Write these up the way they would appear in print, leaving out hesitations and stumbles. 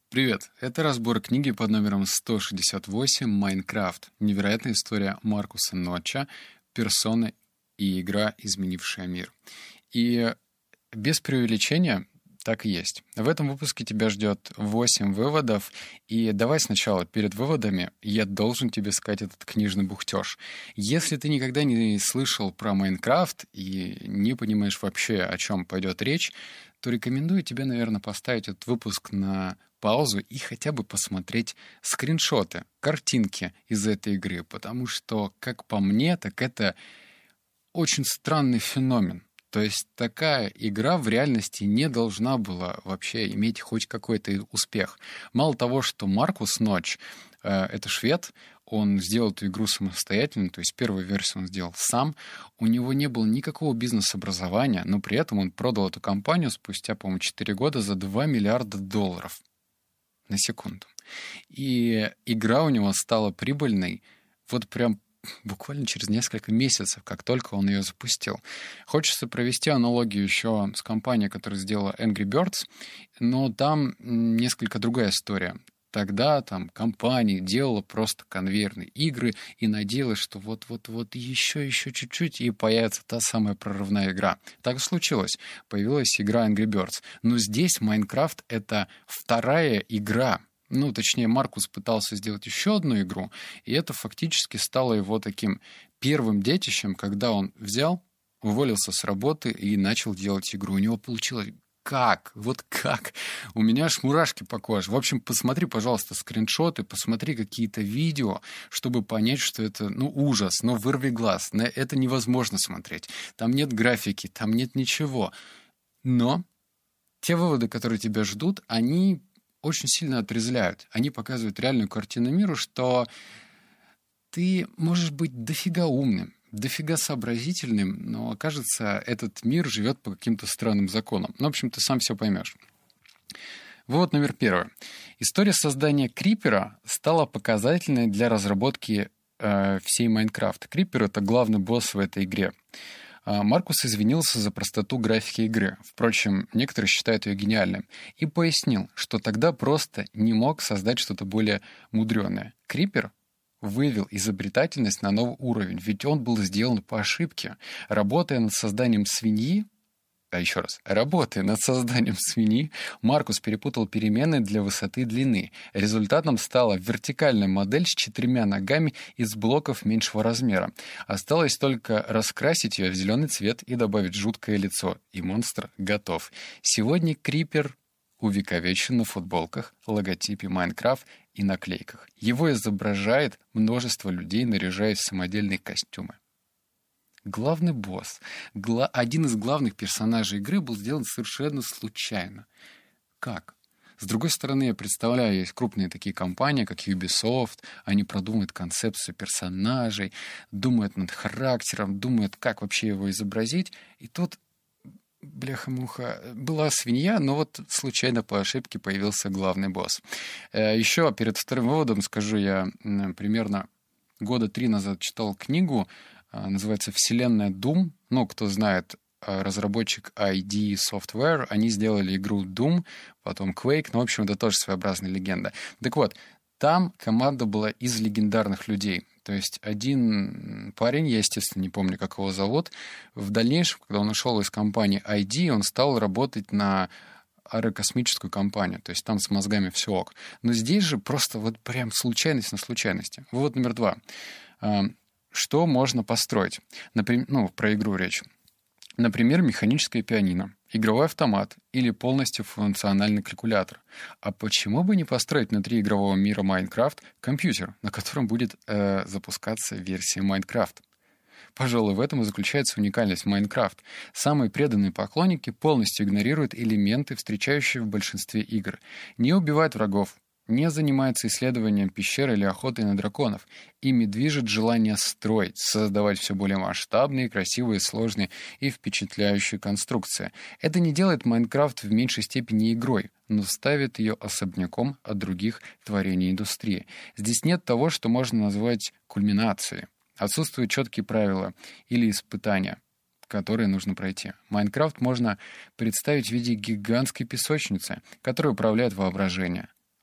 Привет! Это разбор книги под номером 168 «Майнкрафт. Невероятная история Маркуса Нотча. Персона и игра, изменившая мир». И без преувеличения так и есть. В этом выпуске тебя ждет 8 выводов, и давай сначала перед выводами я должен тебе сказать этот книжный бухтеж. Если ты никогда не слышал про Майнкрафт и не понимаешь вообще, о чем пойдет речь, то рекомендую тебе, наверное, поставить этот выпуск на паузу и хотя бы посмотреть скриншоты, картинки из этой игры, потому что, как по мне, так это очень странный феномен. То есть такая игра в реальности не должна была вообще иметь хоть какой-то успех. Мало того, что Маркус Нотч, это швед, он сделал эту игру самостоятельно, то есть первую версию он сделал сам. У него не было никакого бизнес-образования, но при этом он продал эту компанию спустя, по-моему, 4 года за $2 миллиарда. На секунду. И игра у него стала прибыльной вот прям буквально через несколько месяцев, как только он ее запустил. Хочется провести аналогию еще с компанией, которая сделала Angry Birds, но там несколько другая история. Тогда там компания делала просто конвейерные игры и надеялась, что вот еще чуть-чуть, и появится та самая прорывная игра. Так и случилось. Появилась игра Angry Birds. Но здесь Minecraft — это вторая игра. Ну, точнее, Маркус пытался сделать еще одну игру, и это фактически стало его таким первым детищем, когда он взял, уволился с работы и начал делать игру. У него получилось как? Вот как? У меня аж мурашки по коже. В общем, посмотри, пожалуйста, скриншоты, посмотри какие-то видео, чтобы понять, что это, ужас, вырви глаз. На это невозможно смотреть. Там нет графики, там нет ничего. Но те выводы, которые тебя ждут, они очень сильно отрезвляют. Они показывают реальную картину миру, что ты можешь быть дофига умным, дофига сообразительным, но, кажется, этот мир живет по каким-то странным законам. В общем, ты сам все поймешь. Вывод номер 1. История создания Крипера стала показательной для разработки всей Майнкрафта. Крипер — это главный босс в этой игре. Маркус извинился за простоту графики игры. Впрочем, некоторые считают ее гениальной. И пояснил, что тогда просто не мог создать что-то более мудреное. Крипер вывел изобретательность на новый уровень, ведь он был сделан по ошибке. Работая над созданием свиньи, Маркус перепутал переменные для высоты и длины. Результатом стала вертикальная модель с 4 ногами из блоков меньшего размера. Осталось только раскрасить ее в зеленый цвет и добавить жуткое лицо. И монстр готов. Сегодня Крипер увековечен на футболках, логотипе Майнкрафт и наклейках. Его изображает множество людей, наряжаясь в самодельные костюмы. Главный босс, один из главных персонажей игры был сделан совершенно случайно. Как? С другой стороны, я представляю, есть крупные такие компании, как Ubisoft, они продумывают концепцию персонажей, думают над характером, думают, как вообще его изобразить. И тут, бляха-муха, была свинья, но вот случайно по ошибке появился главный босс. Еще перед вторым выводом скажу, я примерно 3 года назад читал книгу, называется «Вселенная Doom». Кто знает, разработчик ID Software, они сделали игру Doom, потом Quake, в общем, это тоже своеобразная легенда. Так вот, там команда была из легендарных людей. То есть один парень, я, естественно, не помню, как его зовут, в дальнейшем, когда он ушел из компании ID, он стал работать на аэрокосмическую компанию. То есть там с мозгами все ок. Но здесь же просто вот прям случайность на случайности. Вывод номер 2. Что можно построить? Например, про игру речь. Например, механическое пианино, игровой автомат или полностью функциональный калькулятор. А почему бы не построить внутри игрового мира Майнкрафт компьютер, на котором будет запускаться версия Майнкрафт? Пожалуй, в этом и заключается уникальность Майнкрафт. Самые преданные поклонники полностью игнорируют элементы, встречающие в большинстве игр. Не убивают врагов, не занимается исследованием пещер или охотой на драконов. Ими движет желание строить, создавать все более масштабные, красивые, сложные и впечатляющие конструкции. Это не делает Майнкрафт в меньшей степени игрой, но ставит ее особняком от других творений индустрии. Здесь нет того, что можно назвать кульминацией. Отсутствуют четкие правила или испытания, которые нужно пройти. Майнкрафт можно представить в виде гигантской песочницы, которая управляет воображением.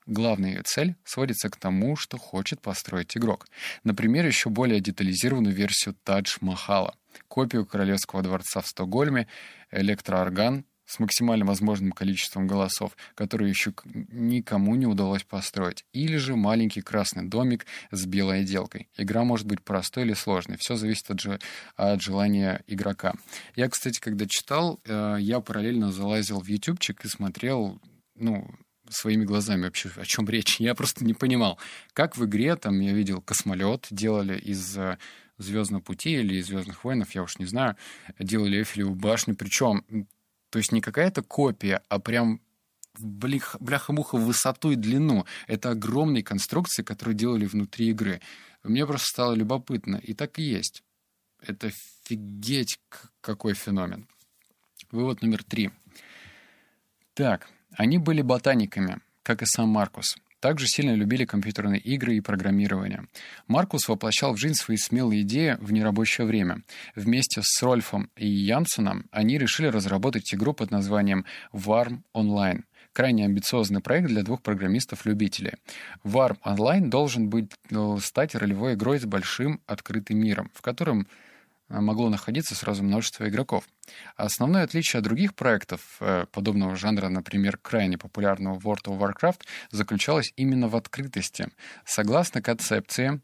Главная ее цель сводится к тому, что хочет построить игрок. Например, еще более детализированную версию Тадж-Махала, копию Королевского дворца в Стокгольме, электроорган с максимально возможным количеством голосов, который еще никому не удалось построить. Или же маленький красный домик с белой отделкой. Игра может быть простой или сложной. Все зависит от желания игрока. Я, кстати, когда читал, я параллельно залазил в ютубчик и смотрел, своими глазами вообще, о чем речь. Я просто не понимал, как в игре, там я видел космолет, делали из «Звездного пути» или из «Звездных воинов», я уж не знаю, делали Эйфелеву башню, причем, то есть не какая-то копия, а прям бляха-муха в высоту и длину. Это огромные конструкции, которые делали внутри игры. Мне просто стало любопытно, и так и есть. Это офигеть какой феномен. Вывод номер 3. Так, они были ботаниками, как и сам Маркус. Также сильно любили компьютерные игры и программирование. Маркус воплощал в жизнь свои смелые идеи в нерабочее время. Вместе с Рольфом и Янсеном они решили разработать игру под названием Warm Online. Крайне амбициозный проект для 2 программистов-любителей. Warm Online должен стать ролевой игрой с большим открытым миром, в котором могло находиться сразу множество игроков. Основное отличие от других проектов подобного жанра, например, крайне популярного World of Warcraft, заключалось именно в открытости. Согласно концепции,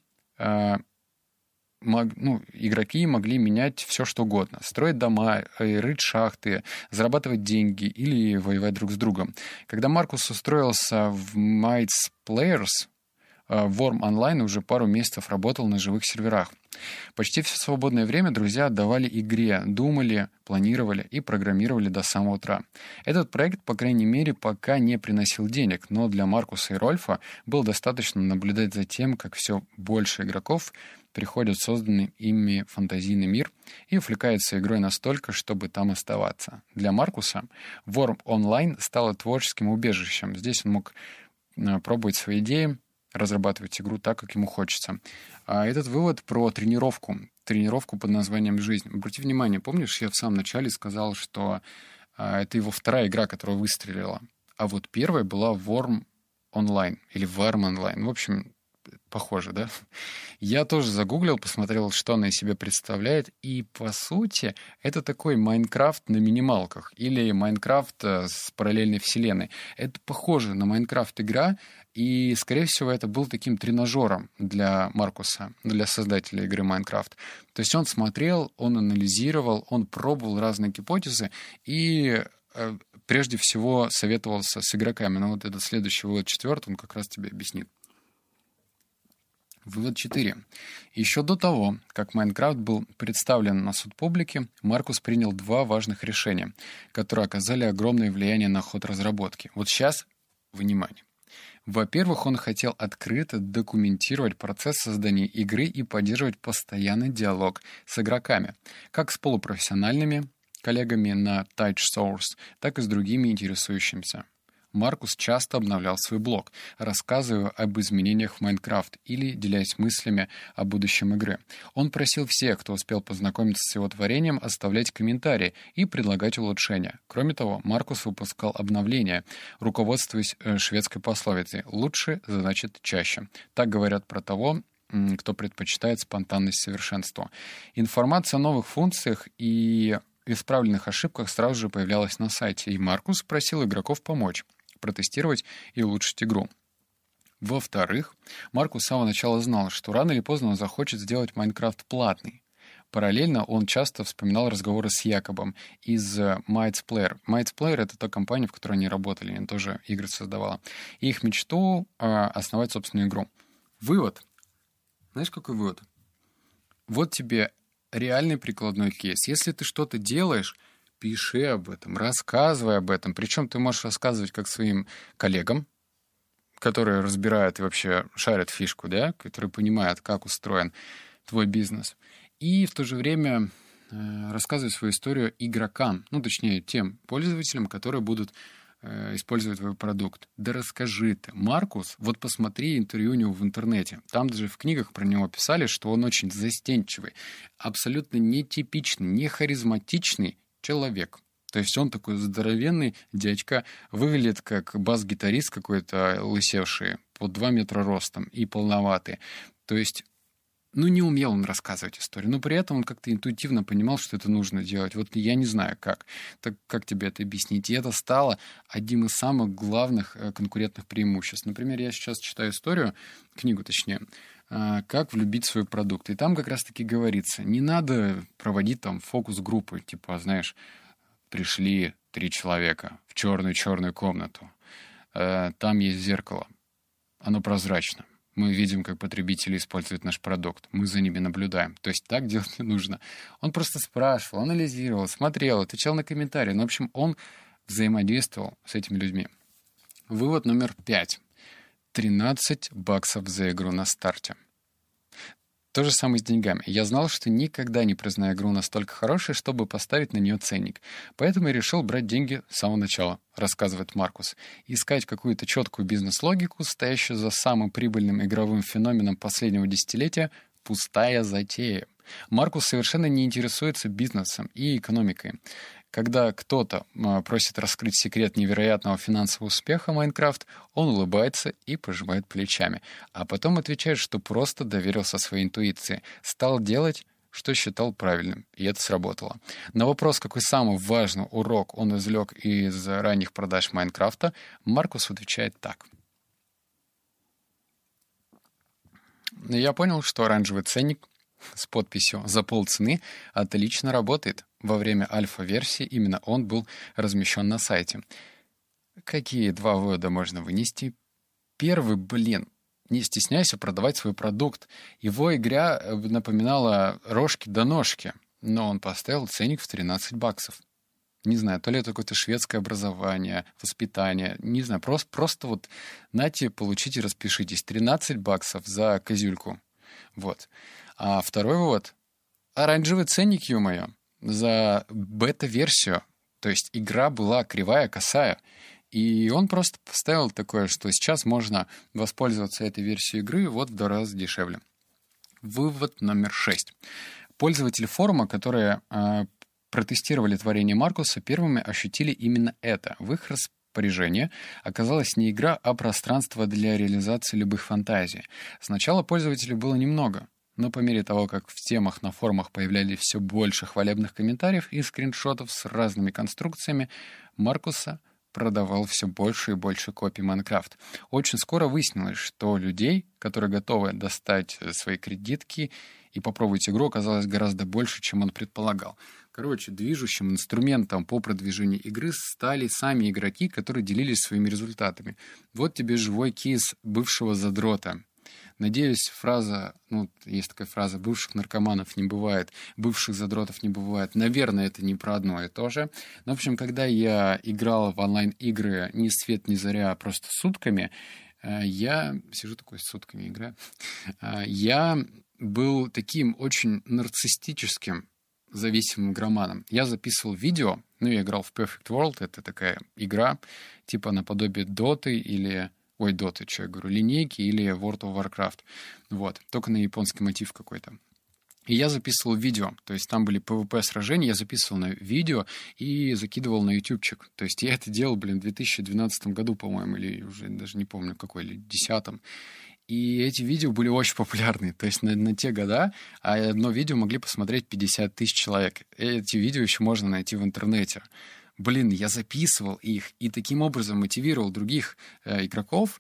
игроки могли менять все, что угодно. Строить дома, рыть шахты, зарабатывать деньги или воевать друг с другом. Когда Маркус устроился в Mights Players, Worm Online уже пару месяцев работал на живых серверах. Почти все свободное время друзья отдавали игре, думали, планировали и программировали до самого утра. Этот проект, по крайней мере, пока не приносил денег, но для Маркуса и Рольфа было достаточно наблюдать за тем, как все больше игроков приходят в созданный ими фантазийный мир и увлекаются игрой настолько, чтобы там оставаться. Для Маркуса Worm Online стало творческим убежищем. Здесь он мог пробовать свои идеи, разрабатывать игру так, как ему хочется. А этот вывод про тренировку под названием «Жизнь». Обрати внимание, помнишь, я в самом начале сказал, что это его вторая игра, которая выстрелила. А вот первая была Worm Online или Warm Online. В общем, похоже, да? Я тоже загуглил, посмотрел, что она из себя представляет, и, по сути, это такой Майнкрафт на минималках или Майнкрафт с параллельной вселенной. Это похоже на Майнкрафт игра, и, скорее всего, это был таким тренажером для Маркуса, для создателя игры Майнкрафт. То есть он смотрел, он анализировал, он пробовал разные гипотезы и прежде всего советовался с игроками. Но вот этот следующий вывод, 4, он как раз тебе объяснит. Вывод 4. Еще до того, как Майнкрафт был представлен на суд публики, Маркус принял 2 важных решения, которые оказали огромное влияние на ход разработки. Вот сейчас, внимание. Во-первых, он хотел открыто документировать процесс создания игры и поддерживать постоянный диалог с игроками, как с полупрофессиональными коллегами на TouchSource, так и с другими интересующимися. Маркус часто обновлял свой блог, рассказывая об изменениях в Майнкрафт или делясь мыслями о будущем игры. Он просил всех, кто успел познакомиться с его творением, оставлять комментарии и предлагать улучшения. Кроме того, Маркус выпускал обновления, руководствуясь шведской пословицей «лучше значит чаще». Так говорят про того, кто предпочитает спонтанность совершенству. Информация о новых функциях и исправленных ошибках сразу же появлялась на сайте, и Маркус просил игроков помочь протестировать и улучшить игру. Во-вторых, Маркус с самого начала знал, что рано или поздно он захочет сделать Майнкрафт платный. Параллельно он часто вспоминал разговоры с Якобом из Mights Player. Mights Player — это та компания, в которой они работали, они тоже игры создавала. И их мечту основать собственную игру. Вывод. Знаешь, какой вывод? Вот тебе реальный прикладной кейс. Если ты что-то делаешь, пиши об этом, рассказывай об этом. Причем ты можешь рассказывать как своим коллегам, которые разбирают и вообще шарят фишку, да, которые понимают, как устроен твой бизнес. И в то же время рассказывай свою историю игрокам, точнее, тем пользователям, которые будут использовать твой продукт. Да расскажи ты. Маркус, вот посмотри интервью у него в интернете. Там даже в книгах про него писали, что он очень застенчивый, абсолютно нетипичный, не харизматичный человек. То есть он такой здоровенный дядька, выглядит как бас-гитарист какой-то лысевший, под 2 метра ростом и полноватый. То есть, ну, не умел он рассказывать историю, но при этом он как-то интуитивно понимал, что это нужно делать. Вот я не знаю, как. Так как тебе это объяснить? И это стало одним из самых главных конкурентных преимуществ. Например, я сейчас читаю историю, книгу точнее, «Как влюбить в свой продукт». И там как раз-таки говорится, не надо проводить там фокус-группы, типа, знаешь, пришли 3 человека в черную-черную комнату. Там есть зеркало. Оно прозрачно. Мы видим, как потребители используют наш продукт. Мы за ними наблюдаем. То есть так делать не нужно. Он просто спрашивал, анализировал, смотрел, отвечал на комментарии. Ну, в общем, он взаимодействовал с этими людьми. Вывод номер 5. 13 баксов за игру на старте. То же самое с деньгами. Я знал, что никогда не признаю игру настолько хорошей, чтобы поставить на нее ценник. Поэтому я решил брать деньги с самого начала, рассказывает Маркус. Искать какую-то четкую бизнес-логику, стоящую за самым прибыльным игровым феноменом последнего десятилетия — пустая затея. Маркус совершенно не интересуется бизнесом и экономикой. Когда кто-то просит раскрыть секрет невероятного финансового успеха Майнкрафт, он улыбается и пожимает плечами, а потом отвечает, что просто доверился своей интуиции, стал делать, что считал правильным, и это сработало. На вопрос, какой самый важный урок он извлек из ранних продаж Майнкрафта, Маркус отвечает так. Я понял, что оранжевый ценник с подписью «За полцены» отлично работает. Во время альфа-версии именно он был размещен на сайте. Какие 2 вывода можно вынести? Первый, не стесняйся продавать свой продукт. Его игра напоминала рожки до ножки, но он поставил ценник в 13 баксов. Не знаю, то ли это какое-то шведское образование, воспитание, не знаю, просто вот нате, получите, распишитесь. 13 баксов за козюльку. Вот. А второй вывод. Оранжевый ценник, ё-моё, за бета-версию. То есть игра была кривая, косая. И он просто поставил такое, что сейчас можно воспользоваться этой версией игры вот в 2 раза дешевле. Вывод номер 6. Пользователи форума, которые протестировали творение Маркуса, первыми ощутили именно это. В их распоряжении оказалась не игра, а пространство для реализации любых фантазий. Сначала пользователей было немного, но по мере того, как в темах на форумах появлялись все больше хвалебных комментариев и скриншотов с разными конструкциями, Маркуса продавал все больше и больше копий Майнкрафт. Очень скоро выяснилось, что людей, которые готовы достать свои кредитки и попробовать игру, оказалось гораздо больше, чем он предполагал. Короче, движущим инструментом по продвижению игры стали сами игроки, которые делились своими результатами. Вот тебе живой кейс бывшего задрота. Надеюсь, фраза, есть такая фраза, бывших наркоманов не бывает, бывших задротов не бывает. Наверное, это не про одно и то же. Но, в общем, когда я играл в онлайн-игры ни свет, ни заря, а просто сутками, я сижу такой сутками играю, я был таким очень нарциссическим, зависимым игроманом. Я записывал видео, я играл в Perfect World, это такая игра, типа наподобие Доты или... Доты, что я говорю, линейки или World of Warcraft. Вот, только на японский мотив какой-то. И я записывал видео, то есть там были PvP-сражения, я записывал на видео и закидывал на ютубчик. То есть я это делал, в 2012 году, по-моему, или уже даже не помню какой, или 2010. И эти видео были очень популярны. То есть на те года одно видео могли посмотреть 50 тысяч человек. Эти видео еще можно найти в интернете. Я записывал их и таким образом мотивировал других игроков,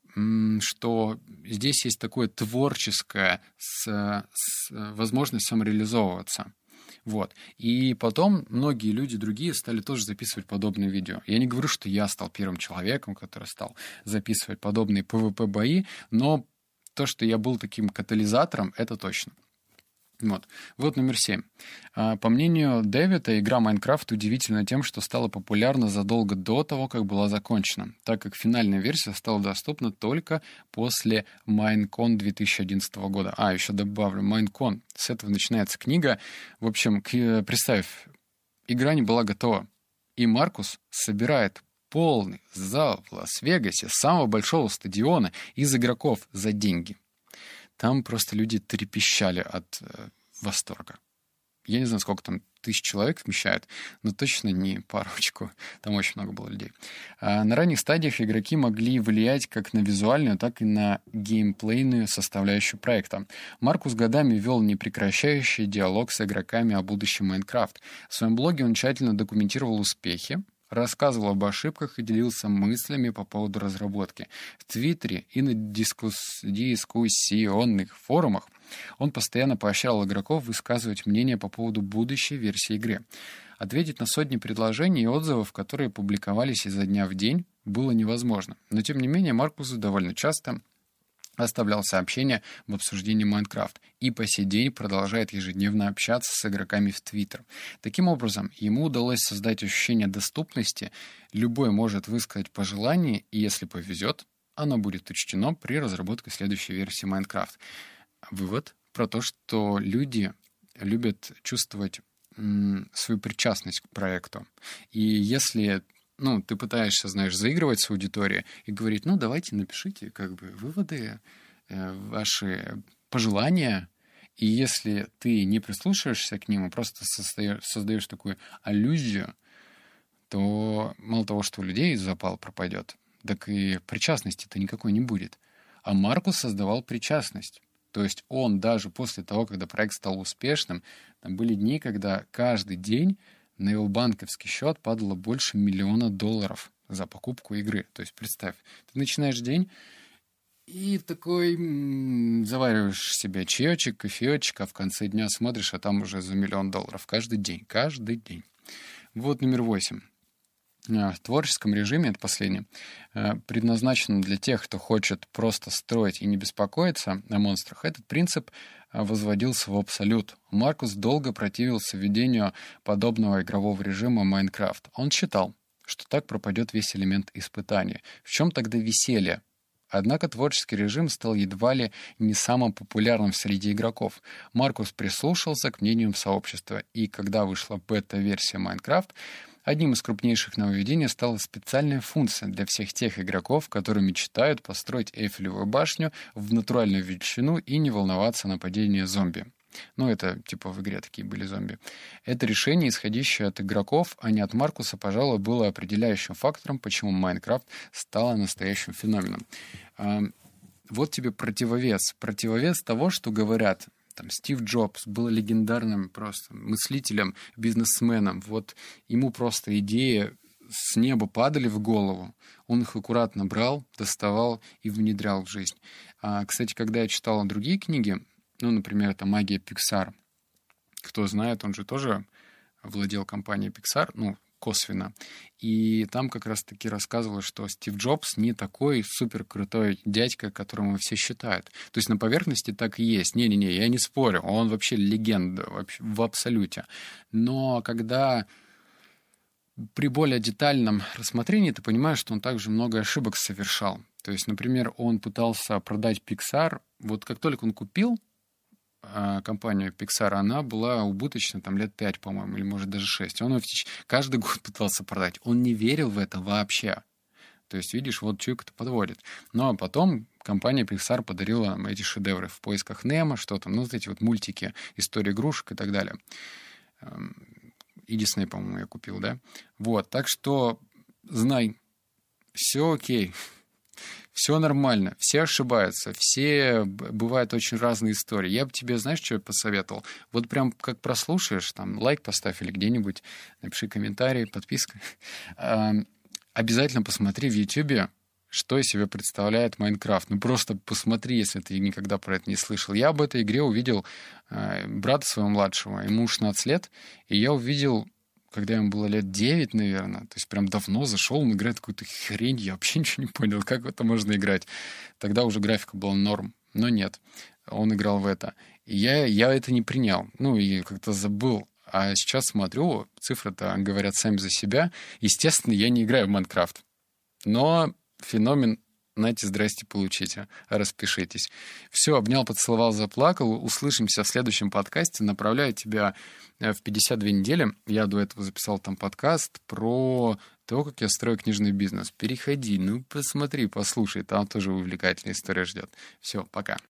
что здесь есть такое творческое возможность самореализовываться. Вот. И потом многие люди другие стали тоже записывать подобные видео. Я не говорю, что я стал первым человеком, который стал записывать подобные PvP-бои, но то, что я был таким катализатором, это точно. Вот номер 7. По мнению Дэвида, игра Майнкрафт удивительна тем, что стала популярна задолго до того, как была закончена, так как финальная версия стала доступна только после Майнкон 2011 года. Еще добавлю, Майнкон, с этого начинается книга. В общем, представь, игра не была готова, и Маркус собирает полный зал в Лас-Вегасе, самого большого стадиона, из игроков за деньги. Там просто люди трепещали от восторга. Я не знаю, сколько там тысяч человек вмещает, но точно не парочку. Там очень много было людей. На ранних стадиях игроки могли влиять как на визуальную, так и на геймплейную составляющую проекта. Маркус годами вел непрекращающий диалог с игроками о будущем Майнкрафт. В своем блоге он тщательно документировал успехи, рассказывал об ошибках и делился мыслями по поводу разработки. В Твиттере и на дискуссионных форумах он постоянно поощрял игроков высказывать мнение по поводу будущей версии игры. Ответить на сотни предложений и отзывов, которые публиковались изо дня в день, было невозможно. Но, тем не менее, Маркус довольно часто оставлял сообщения в обсуждении Майнкрафт и по сей день продолжает ежедневно общаться с игроками в Твиттер. Таким образом, ему удалось создать ощущение доступности. Любой может высказать пожелание, и если повезет, оно будет учтено при разработке следующей версии Майнкрафт. Вывод про то, что люди любят чувствовать свою причастность к проекту. И если ты пытаешься, заигрывать с аудиторией и говорить, давайте напишите выводы, ваши пожелания, и если ты не прислушиваешься к ним, а просто создаешь такую аллюзию, то мало того, что у людей запал пропадет, так и причастности-то никакой не будет. А Маркус создавал причастность. То есть он даже после того, когда проект стал успешным, там были дни, когда каждый день на его банковский счет падало больше $1 миллиона за покупку игры. То есть представь, ты начинаешь день и такой завариваешь себе чаечек, кофеечек, а в конце дня смотришь, а там уже за $1 миллион каждый день. Каждый день. Вот номер 8. В творческом режиме, это последнее, предназначено для тех, кто хочет просто строить и не беспокоиться о монстрах. Этот принцип возводился в абсолют. Маркус долго противился введению подобного игрового режима Майнкрафт. Он считал, что так пропадет весь элемент испытания. В чем тогда веселье? Однако творческий режим стал едва ли не самым популярным среди игроков. Маркус прислушался к мнениям сообщества, и когда вышла бета-версия Майнкрафт, одним из крупнейших нововведений стала специальная функция для всех тех игроков, которые мечтают построить Эйфелевую башню в натуральную величину и не волноваться о нападении зомби. Это в игре такие были зомби. Это решение, исходящее от игроков, а не от Маркуса, пожалуй, было определяющим фактором, почему Майнкрафт стала настоящим феноменом. Вот тебе противовес. Противовес того, что говорят. Стив Джобс был легендарным просто мыслителем, бизнесменом. Вот ему просто идеи с неба падали в голову. Он их аккуратно брал, доставал и внедрял в жизнь. Кстати, когда я читал другие книги, например, это «Магия Pixar», кто знает, он же тоже владел компанией Pixar, косвенно. И там как раз-таки рассказывалось, что Стив Джобс не такой супер крутой дядька, которого все считают. То есть на поверхности так и есть. Не-не-не, я не спорю, он вообще легенда в абсолюте. Но когда при более детальном рассмотрении ты понимаешь, что он также много ошибок совершал. То есть, например, он пытался продать Pixar. Вот как только он купил компанию Pixar, она была убыточна лет 5, по-моему, или может даже 6. Он ее каждый год пытался продать. Он не верил в это вообще. То есть, видишь, вот чуйка-то подводит. Ну, а потом компания Pixar подарила нам эти шедевры «В поисках Немо», что там, вот эти вот мультики, «История игрушек» и так далее. И Disney, по-моему, я купил, да? Вот, так что знай, все окей. Все нормально, все ошибаются, все бывают очень разные истории. Я бы тебе, знаешь, что я посоветовал? Вот прям как прослушаешь, лайк поставь или где-нибудь напиши комментарий, подписка. Обязательно посмотри в YouTube, что из себя представляет Майнкрафт. Просто посмотри, если ты никогда про это не слышал. Я об этой игре увидел брата своего младшего, ему 16 лет, и я увидел, когда ему было лет 9, наверное, то есть прям давно зашел, он играет какую-то хрень, я вообще ничего не понял, как в это можно играть. Тогда уже графика была норм, но нет, он играл в это. И я это не принял, и как-то забыл. А сейчас смотрю, цифры-то говорят сами за себя. Естественно, я не играю в Майнкрафт, но феномен, знаете, здрасте, получите, распишитесь. Все, обнял, поцеловал, заплакал. Услышимся в следующем подкасте. Направляю тебя в 52 недели. Я до этого записал там подкаст про то, как я строю книжный бизнес. Переходи, посмотри, послушай, там тоже увлекательная история ждет. Все, пока.